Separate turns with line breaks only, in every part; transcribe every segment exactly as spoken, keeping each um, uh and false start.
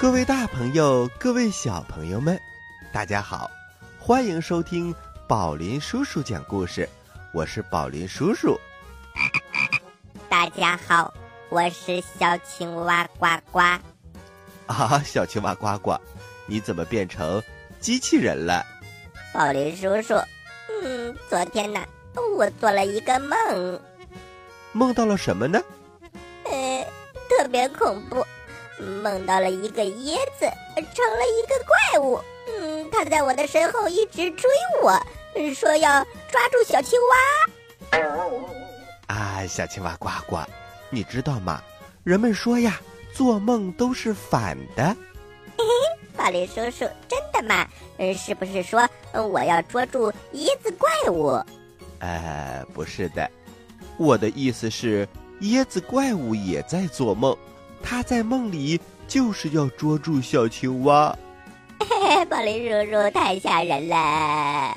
各位大朋友，各位小朋友们，大家好，欢迎收听宝林叔叔讲故事，我是宝林叔叔。
大家好，我是小青蛙呱呱。
啊，小青蛙呱呱，你怎么变成机器人了？
宝林叔叔，嗯，昨天呢，我做了一个梦。
梦到了什么呢？
呃，特别恐怖，梦到了一个椰子成了一个怪物。嗯，它在我的身后一直追我，说要抓住小青蛙。
啊，小青蛙呱呱，你知道吗？人们说呀，做梦都是反的。
嘿嘿，宝林叔叔，真的吗？嗯，是不是说我要捉住椰子怪物？
呃，不是的，我的意思是，椰子怪物也在做梦，它在梦里就是要捉住小青蛙。
嘿嘿，宝林叔叔太吓人了。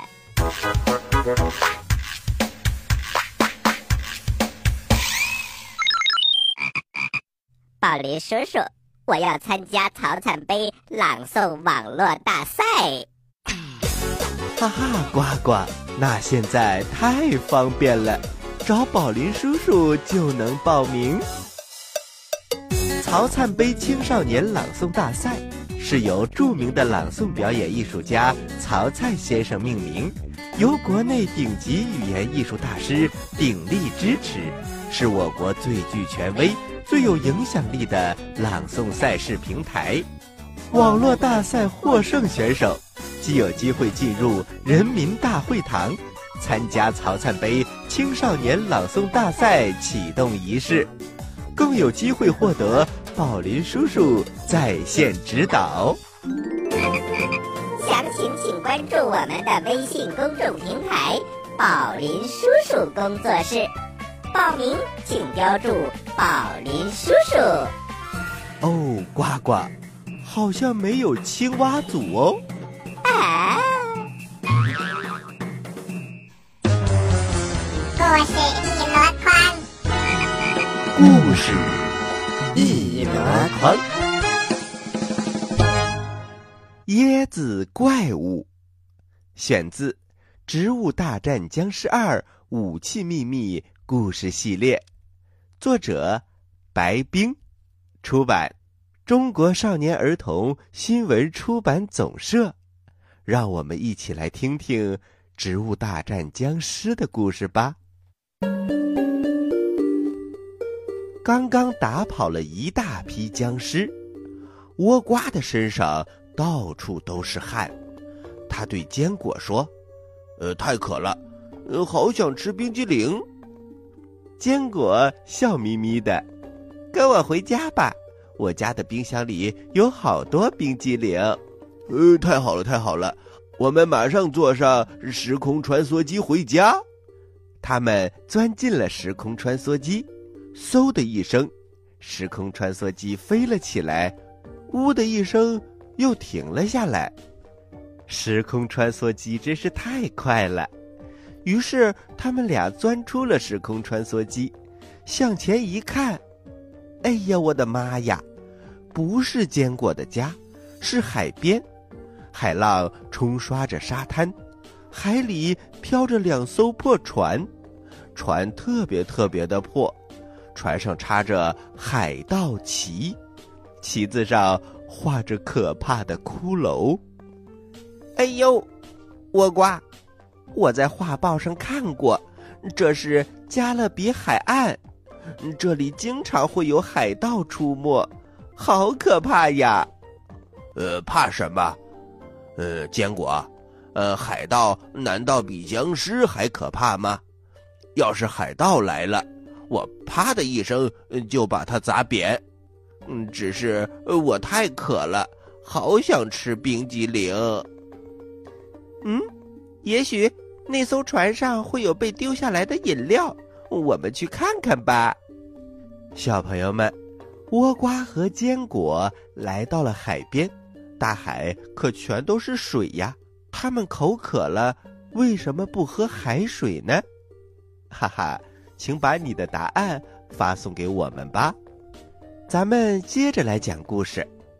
宝林叔叔，我要参加草惨杯朗诵网络大赛。
哈哈，呱呱，那现在太方便了，找宝林叔叔就能报名。草惨杯青少年朗诵大赛是由著名的朗诵表演艺术家曹灿先生命名，由国内顶级语言艺术大师鼎力支持，是我国最具权威、最有影响力的朗诵赛事平台。网络大赛获胜选手既有机会进入人民大会堂，参加曹灿杯青少年朗诵大赛启动仪式，更有机会获得宝林叔叔在线指导。
详情请关注我们的微信公众平台宝林叔叔工作室，报名请标注宝林叔叔。
哦，呱呱，好像没有青蛙组哦。
啊！
故事一箩筐，
故事一箩筐。椰子怪物，选自《植物大战僵尸二：武器秘密》故事系列，作者白冰，出版中国少年儿童新闻出版总社。让我们一起来听听《植物大战僵尸》的故事吧。刚刚打跑了一大批僵尸，倭瓜的身上到处都是汗。他对坚果说：“呃，太渴了，呃，好想吃冰激凌。”坚果笑眯眯的：“跟我回家吧，我家的冰箱里有好多冰激凌。”呃，太好了，太好了，我们马上坐上时空穿梭机回家。他们钻进了时空穿梭机，嗖的一声，时空穿梭机飞了起来，呜的一声又停了下来。时空穿梭机真是太快了，于是他们俩钻出了时空穿梭机，向前一看，哎呀，我的妈呀，不是坚果的家，是海边。海浪冲刷着沙滩，海里飘着两艘破船，船特别特别的破，船上插着海盗旗，旗子上画着可怕的骷髅。哎呦，倭瓜，我在画报上看过，这是加勒比海岸，这里经常会有海盗出没，好可怕呀！呃，怕什么？呃，坚果，呃，海盗难道比僵尸还可怕吗？要是海盗来了，我啪的一声就把它砸扁。嗯，只是我太渴了，好想吃冰激凌。嗯，也许那艘船上会有被丢下来的饮料，我们去看看吧。小朋友们，倭瓜和坚果来到了海边。大海可全都是水呀，他们口渴了，为什么不喝海水呢？哈哈，请把你的答案发送给我们吧。咱们接着来讲故事。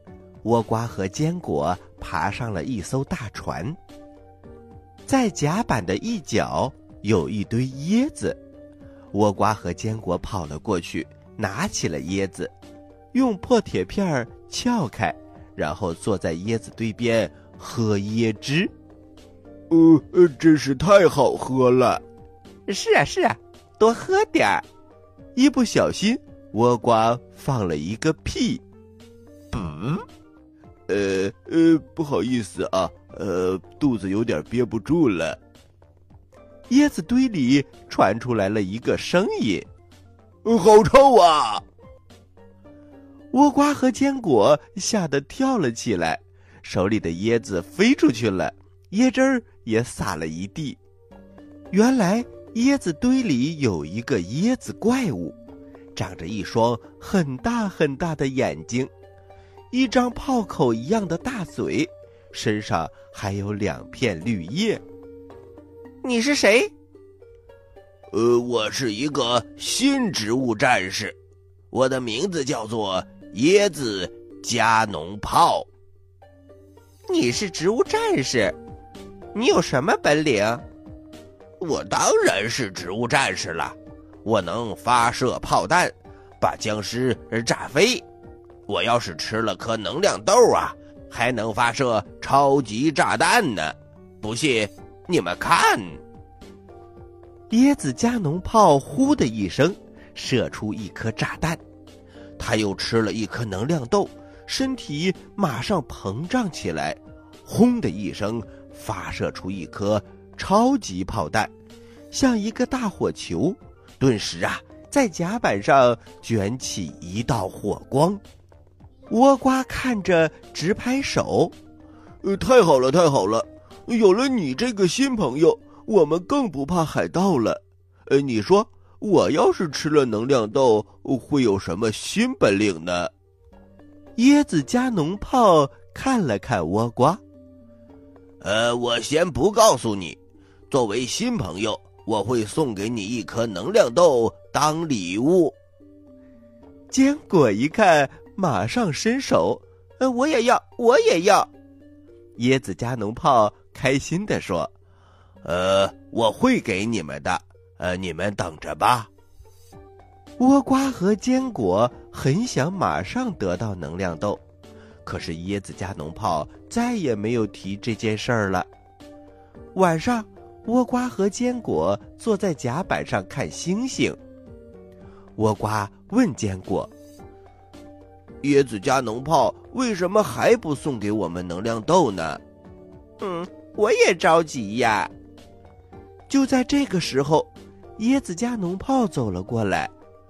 倭瓜和坚果爬上了一艘大船。在甲板的一角有一堆椰子，倭瓜和坚果跑了过去，拿起了椰子，用破铁片撬开，然后坐在椰子堆边喝椰汁。
呃呃，真是太好喝了。
是啊是啊，多喝点儿。一不小心，倭瓜放了一个屁。
嗯，呃呃，不好意思啊，呃，肚子有点憋不住了。
椰子堆里传出来了一个声音：“
好臭啊！”
倭瓜和坚果吓得跳了起来，手里的椰子飞出去了，椰汁儿也洒了一地。原来椰子堆里有一个椰子怪物，长着一双很大很大的眼睛，一张炮口一样的大嘴，身上还有两片绿叶。你是谁？
呃，我是一个新植物战士，我的名字叫做椰子加农炮。
你是植物战士，你有什么本领？
我当然是植物战士了，我能发射炮弹，把僵尸炸飞。我要是吃了颗能量豆啊，还能发射超级炸弹呢。不信，你们看。
椰子加农炮呼的一声射出一颗炸弹，他又吃了一颗能量豆，身体马上膨胀起来，轰的一声发射出一颗超级炮弹，像一个大火球，顿时啊，在甲板上卷起一道火光。倭瓜看着直拍手：“
呃，太好了，太好了！有了你这个新朋友，我们更不怕海盗了。呃，你说我要是吃了能量豆，会有什么新本领呢？”
椰子加农炮看了看倭瓜：“
呃，我先不告诉你，作为新朋友，我会送给你一颗能量豆当礼物。”
坚果一看，马上伸手：“呃，我也要，我也要。”椰子加农炮开心地说：“
呃，我会给你们的，呃，你们等着吧。”
倭瓜和坚果很想马上得到能量豆，可是椰子加农炮再也没有提这件事儿了。晚上，倭瓜和坚果坐在甲板上看星星。倭瓜问坚果：“
椰子加农炮为什么还不送给我们能量豆呢？”“
嗯，我也着急呀。”就在这个时候，椰子加农炮走了过来。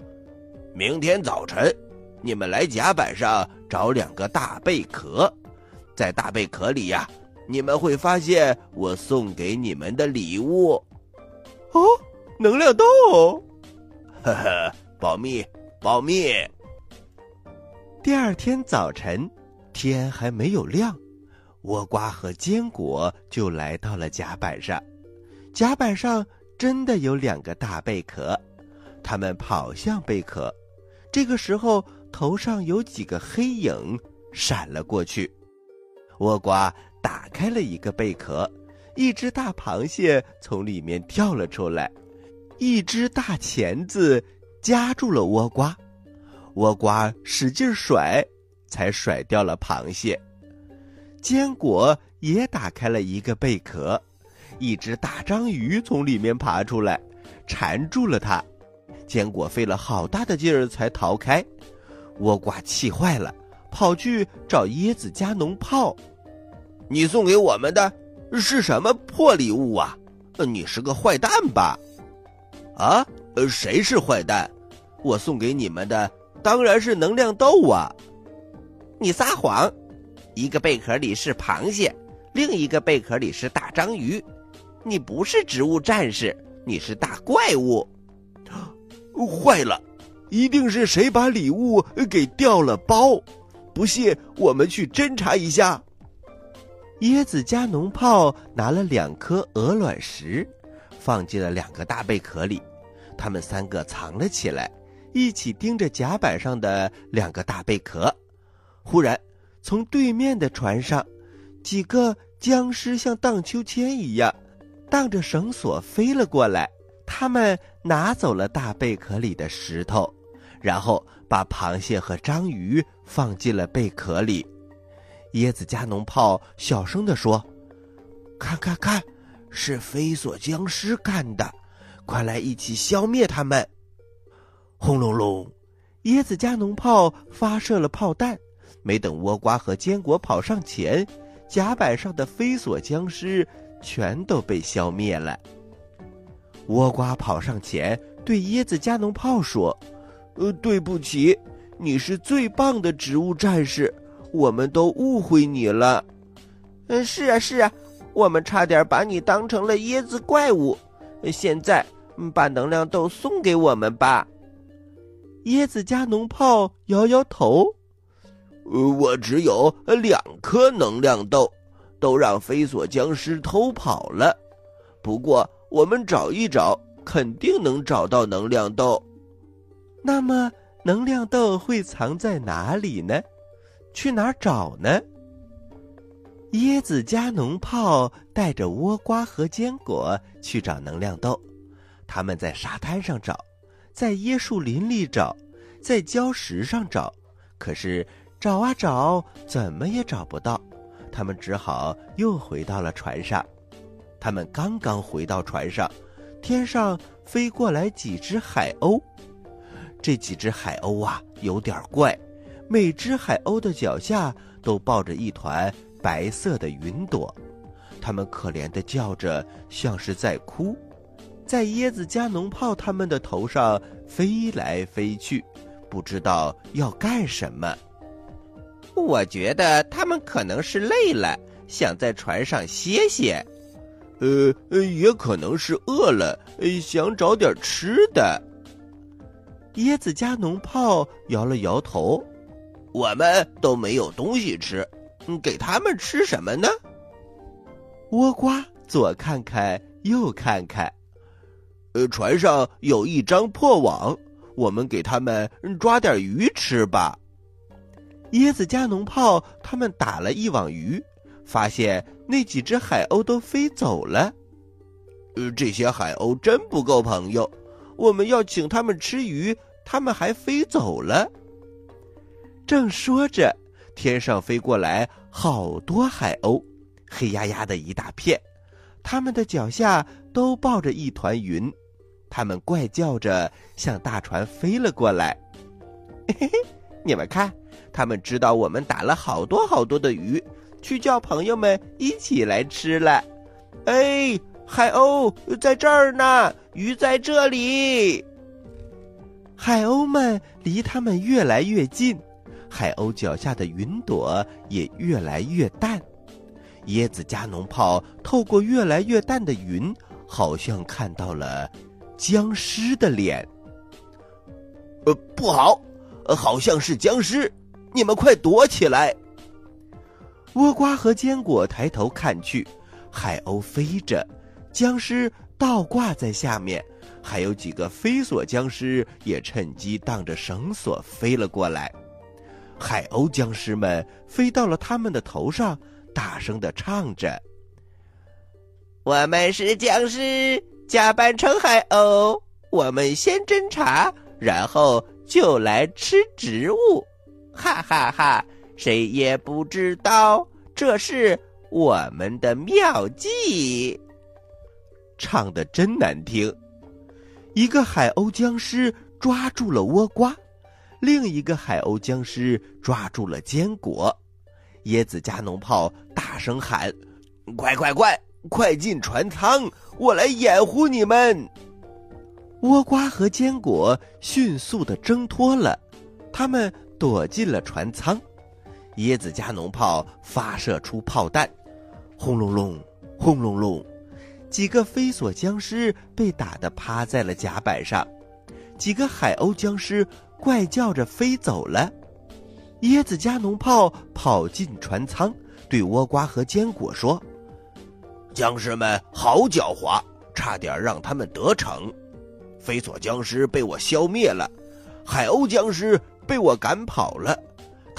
“明天早晨，你们来甲板上找两个大贝壳，在大贝壳里呀，你们会发现我送给你们的礼物。”“
哦，能量豆！”“
呵呵，保密，保密。”
第二天早晨，天还没有亮，倭瓜和坚果就来到了甲板上。甲板上真的有两个大贝壳，他们跑向贝壳。这个时候，头上有几个黑影闪了过去。倭瓜打开了一个贝壳，一只大螃蟹从里面跳了出来，一只大钳子夹住了倭瓜。倭瓜使劲甩，才甩掉了螃蟹。坚果也打开了一个贝壳，一只大章鱼从里面爬出来，缠住了它。坚果费了好大的劲儿才逃开。倭瓜气坏了，跑去找椰子加农炮：“
你送给我们的是什么破礼物啊？你是个坏蛋吧？”“啊，谁是坏蛋？我送给你们的当然是能量豆啊！”“
你撒谎！一个贝壳里是螃蟹，另一个贝壳里是大章鱼。你不是植物战士，你是大怪物。”“
坏了，一定是谁把礼物给调了包！不信，我们去侦查一下。”
椰子加农炮拿了两颗鹅卵石，放进了两个大贝壳里，他们三个藏了起来，一起盯着甲板上的两个大贝壳。忽然， 从对面的船上，几个僵尸像荡秋千一样，荡着绳索飞了过来。他们拿走了大贝壳里的石头，然后把螃蟹和章鱼放进了贝壳里。椰子加农炮小声地说：“看看看，是飞索僵尸干的，快来一起消灭他们！”轰隆隆，椰子加农炮发射了炮弹，没等倭瓜和坚果跑上前，甲板上的飞索僵尸全都被消灭了。倭瓜跑上前对椰子加农炮说：“呃，对不起，你是最棒的植物战士，我们都误会你了。”“
嗯，是啊是啊，我们差点把你当成了椰子怪物。现在，把能量豆送给我们吧。”
椰子加农炮摇摇头：“
呃，我只有两颗能量豆，都让飞索僵尸偷跑了。不过我们找一找，肯定能找到能量豆。”“
那么能量豆会藏在哪里呢？去哪儿找呢？”椰子加农炮带着倭瓜和坚果去找能量豆。他们在沙滩上找，在椰树林里找，在礁石上找，可是找啊找，怎么也找不到。他们只好又回到了船上。他们刚刚回到船上，天上飞过来几只海鸥。这几只海鸥啊，有点怪，每只海鸥的脚下都抱着一团白色的云朵，它们可怜地叫着，像是在哭，在椰子加农炮他们的头上飞来飞去，不知道要干什么。
“我觉得他们可能是累了，想在船上歇歇。呃，也可能是饿了，想找点吃的。”
椰子加农炮摇了摇头：“
我们都没有东西吃，给他们吃什么呢？”
倭瓜左看看右看看：“
呃，船上有一张破网，我们给他们抓点鱼吃吧。”
椰子加农炮他们打了一网鱼，发现那几只海鸥都飞走了。
呃，这些海鸥真不够朋友，我们要请他们吃鱼，他们还飞走了。
正说着，天上飞过来好多海鸥，黑压压的一大片，它们的脚下都抱着一团云，它们怪叫着向大船飞了过来。
嘿嘿嘿，你们看，他们知道我们打了好多好多的鱼，去叫朋友们一起来吃了。哎，海鸥在这儿呢，鱼在这里。
海鸥们离他们越来越近，海鸥脚下的云朵也越来越淡。椰子加农炮透过越来越淡的云，好像看到了僵尸的脸。
呃，不好，呃，好像是僵尸，你们快躲起来！
倭瓜和坚果抬头看去，海鸥飞着，僵尸倒挂在下面，还有几个飞索僵尸也趁机荡着绳索飞了过来。海鸥僵尸们飞到了他们的头上，大声地唱着：“
我们是僵尸，假扮成海鸥，我们先侦查，然后就来吃植物，哈哈哈！谁也不知道，这是我们的妙计。”
唱得真难听。一个海鸥僵尸抓住了倭瓜，另一个海鸥僵尸抓住了坚果。椰子加农炮大声喊：“
快快快，快进船舱，我来掩护你们！”
倭瓜和坚果迅速地挣脱了，他们躲进了船舱。椰子加农炮发射出炮弹，轰隆隆，轰隆隆，几个飞索僵尸被打得趴在了甲板上，几个海鸥僵尸怪叫着飞走了。椰子加农炮跑进船舱，对倭瓜和坚果说：“
僵尸们好狡猾，差点让他们得逞。飞索僵尸被我消灭了，海鸥僵尸被我赶跑了，他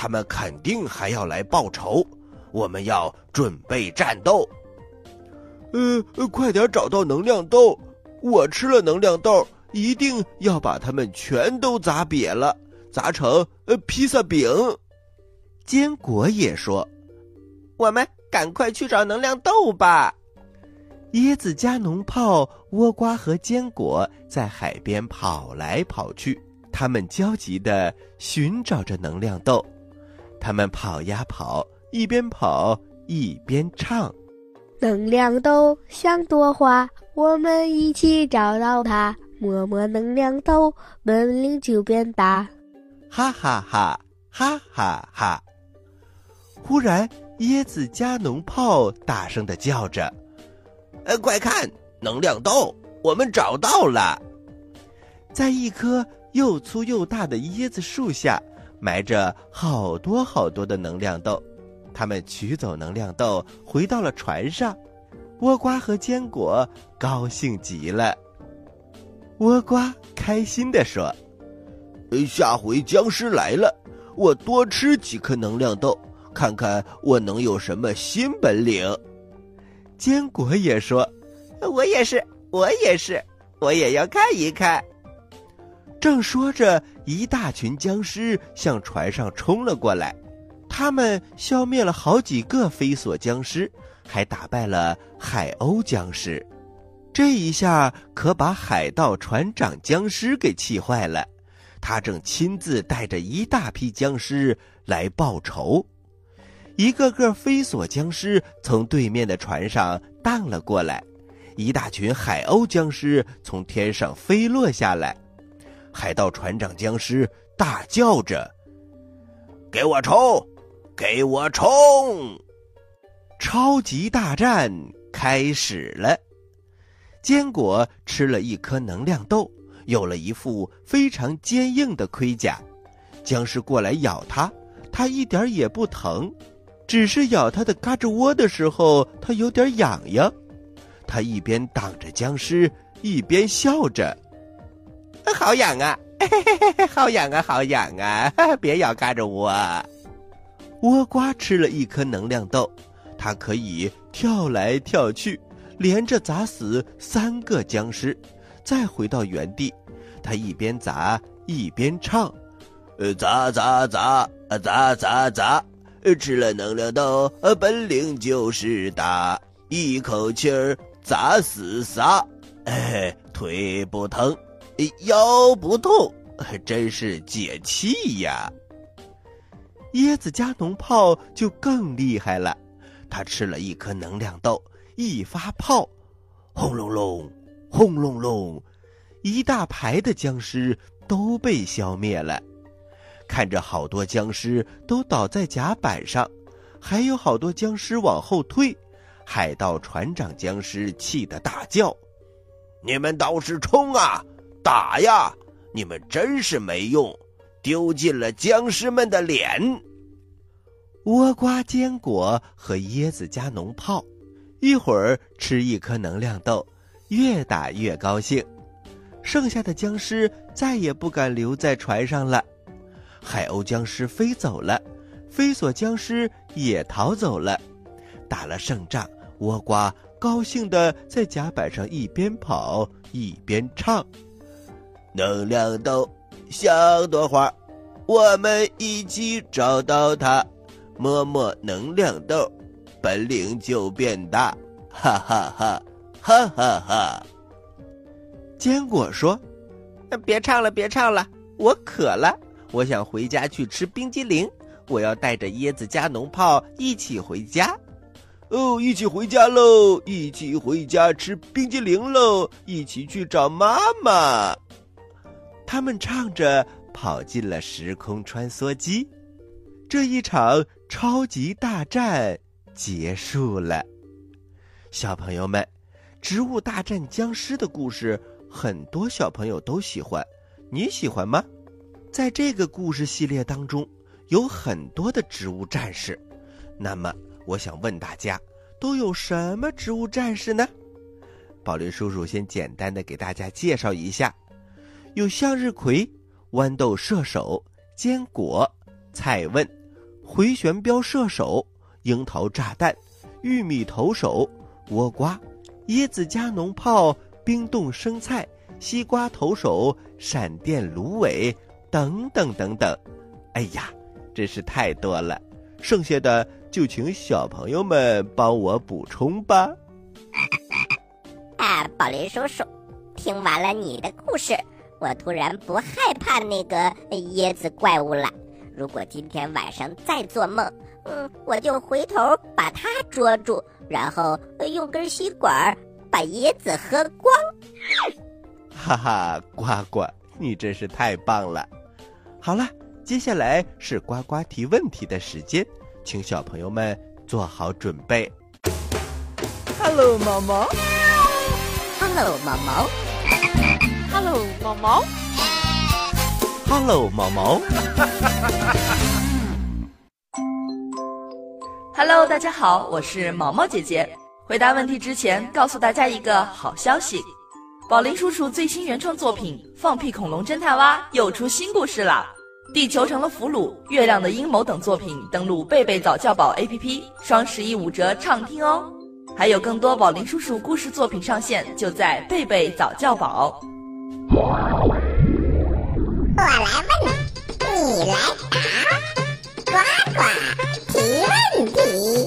他们肯定还要来报仇，我们要准备战斗。
呃，快点找到能量豆，我吃了能量豆，一定要把它们全都砸瘪了，砸成呃披萨饼。
坚果也说：“我们赶快去找能量豆吧。”椰子加农炮、倭瓜和坚果在海边跑来跑去，他们焦急地寻找着能量豆。他们跑呀跑，一边跑一边唱：
能量豆像朵花，我们一起找到它，摸摸能量豆，本领就变大。
哈哈哈，哈哈哈！忽然，椰子加农炮大声地叫着：“呃，快看，能量豆，我们找到了！”在一棵又粗又大的椰子树下，埋着好多好多的能量豆。他们取走能量豆，回到了船上。倭瓜和坚果高兴极了。倭瓜开心地说：“
下回僵尸来了，我多吃几颗能量豆，看看我能有什么新本领。”
坚果也说：“我也是，我也是，我也要看一看。”正说着，一大群僵尸向船上冲了过来。他们消灭了好几个飞索僵尸，还打败了海鸥僵尸。这一下可把海盗船长僵尸给气坏了，他正亲自带着一大批僵尸来报仇。一个个飞索僵尸从对面的船上荡了过来，一大群海鸥僵尸从天上飞落下来。海盗船长僵尸大叫着：“给我冲！给我冲！”超级大战开始了。坚果吃了一颗能量豆，有了一副非常坚硬的盔甲。僵尸过来咬它，它一点也不疼，只是咬它的嘎吱窝的时候，它有点痒痒。它一边挡着僵尸，一边笑着：“好痒啊，嘿嘿嘿，好痒啊，好痒啊，别咬嘎吱窝。”倭瓜吃了一颗能量豆，它可以跳来跳去，连着砸死三个僵尸，再回到原地。它一边砸一边唱：“
呃，砸砸砸，砸砸砸，吃了能量豆，本领就是大，一口气儿砸死仨，哎，腿不疼，腰不痛，真是解气呀！”
椰子加农炮就更厉害了，他吃了一颗能量豆，一发炮，轰隆隆，轰隆隆，一大排的僵尸都被消灭了。看着好多僵尸都倒在甲板上，还有好多僵尸往后退，海盗船长僵尸气得大叫：“
你们倒是冲啊，打呀！你们真是没用，丢尽了僵尸们的脸！”
倭瓜、坚果和椰子加农炮，一会儿吃一颗能量豆，越打越高兴。剩下的僵尸再也不敢留在船上了。海鸥僵尸飞走了，飞索僵尸也逃走了。打了胜仗，倭瓜高兴地在甲板上一边跑一边唱：“
能量豆像朵花，我们一起找到它，摸摸能量豆，本领就变大，哈哈哈，哈哈哈！”
坚果说：“别唱了，别唱了，我渴了，我想回家去吃冰激凌，我要带着椰子加农炮一起回家。”
哦，一起回家喽！一起回家吃冰激凌喽！一起去找妈妈。
他们唱着跑进了时空穿梭机。这一场超级大战结束了。小朋友们，植物大战僵尸的故事很多小朋友都喜欢，你喜欢吗？在这个故事系列当中，有很多的植物战士。那么我想问大家，都有什么植物战士呢？宝林叔叔先简单的给大家介绍一下，有向日葵、豌豆射手、坚果、菜问、
回旋镖射手、樱桃炸弹、玉米投手、倭瓜、椰子加农炮、冰冻生菜、西瓜投手、闪电芦苇等等等等。哎呀，真是太多了，剩下的就请小朋友们帮我补充吧。
啊，宝林叔叔，听完了你的故事，我突然不害怕那个椰子怪物了。如果今天晚上再做梦，嗯，我就回头把它捉住，然后用根吸管把椰子喝光。
哈哈，呱呱，你真是太棒了。好了，接下来是呱呱提问题的时间，请小朋友们做好准备。
Hello， 毛毛。
Hello， 毛毛。
Hello， 毛毛。
Hello， 毛毛。
Hello， 大家好，我是毛毛姐姐。回答问题之前，告诉大家一个好消息，宝林叔叔最新原创作品《放屁恐龙侦探蛙》又出新故事啦！地球成了俘虏、月亮的阴谋等作品登录贝贝早教宝 A P P， 双十一五折畅听哦！还有更多宝林叔叔故事作品上线，就在贝贝早教宝。
我来问，你来答，呱呱提问题。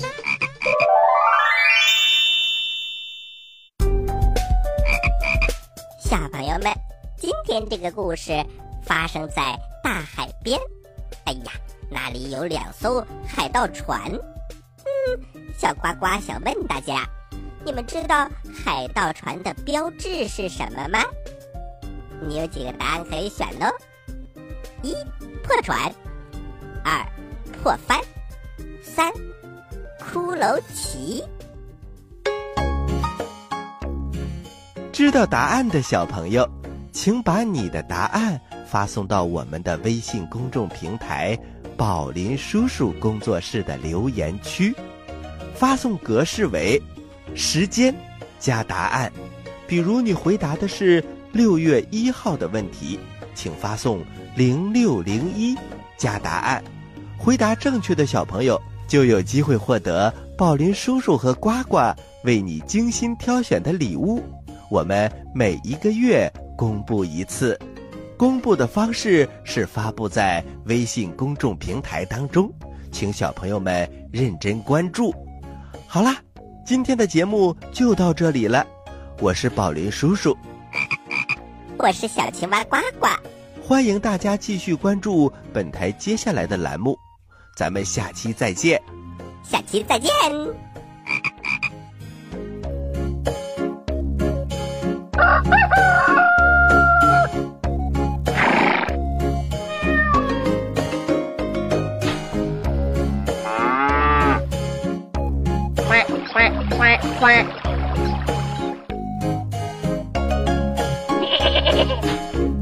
小朋友们，今天这个故事发生在大海边。哎呀，那里有两艘海盗船。嗯，小呱呱想问大家，你们知道海盗船的标志是什么吗？你有几个答案可以选哦。一、破船；二、破帆；三、骷髅旗。
知道答案的小朋友，请把你的答案发送到我们的微信公众平台宝林叔叔工作室的留言区，发送格式为时间加答案。比如你回答的是六月一号的问题，请发送零六零一加答案。回答正确的小朋友就有机会获得宝林叔叔和呱呱为你精心挑选的礼物。我们每一个月公布一次，公布的方式是发布在微信公众平台当中，请小朋友们认真关注。好啦，今天的节目就到这里了，我是宝林叔叔，
我是小青蛙呱呱，
欢迎大家继续关注本台接下来的栏目，咱们下期再见。
下期再见。
quack, quack, quack.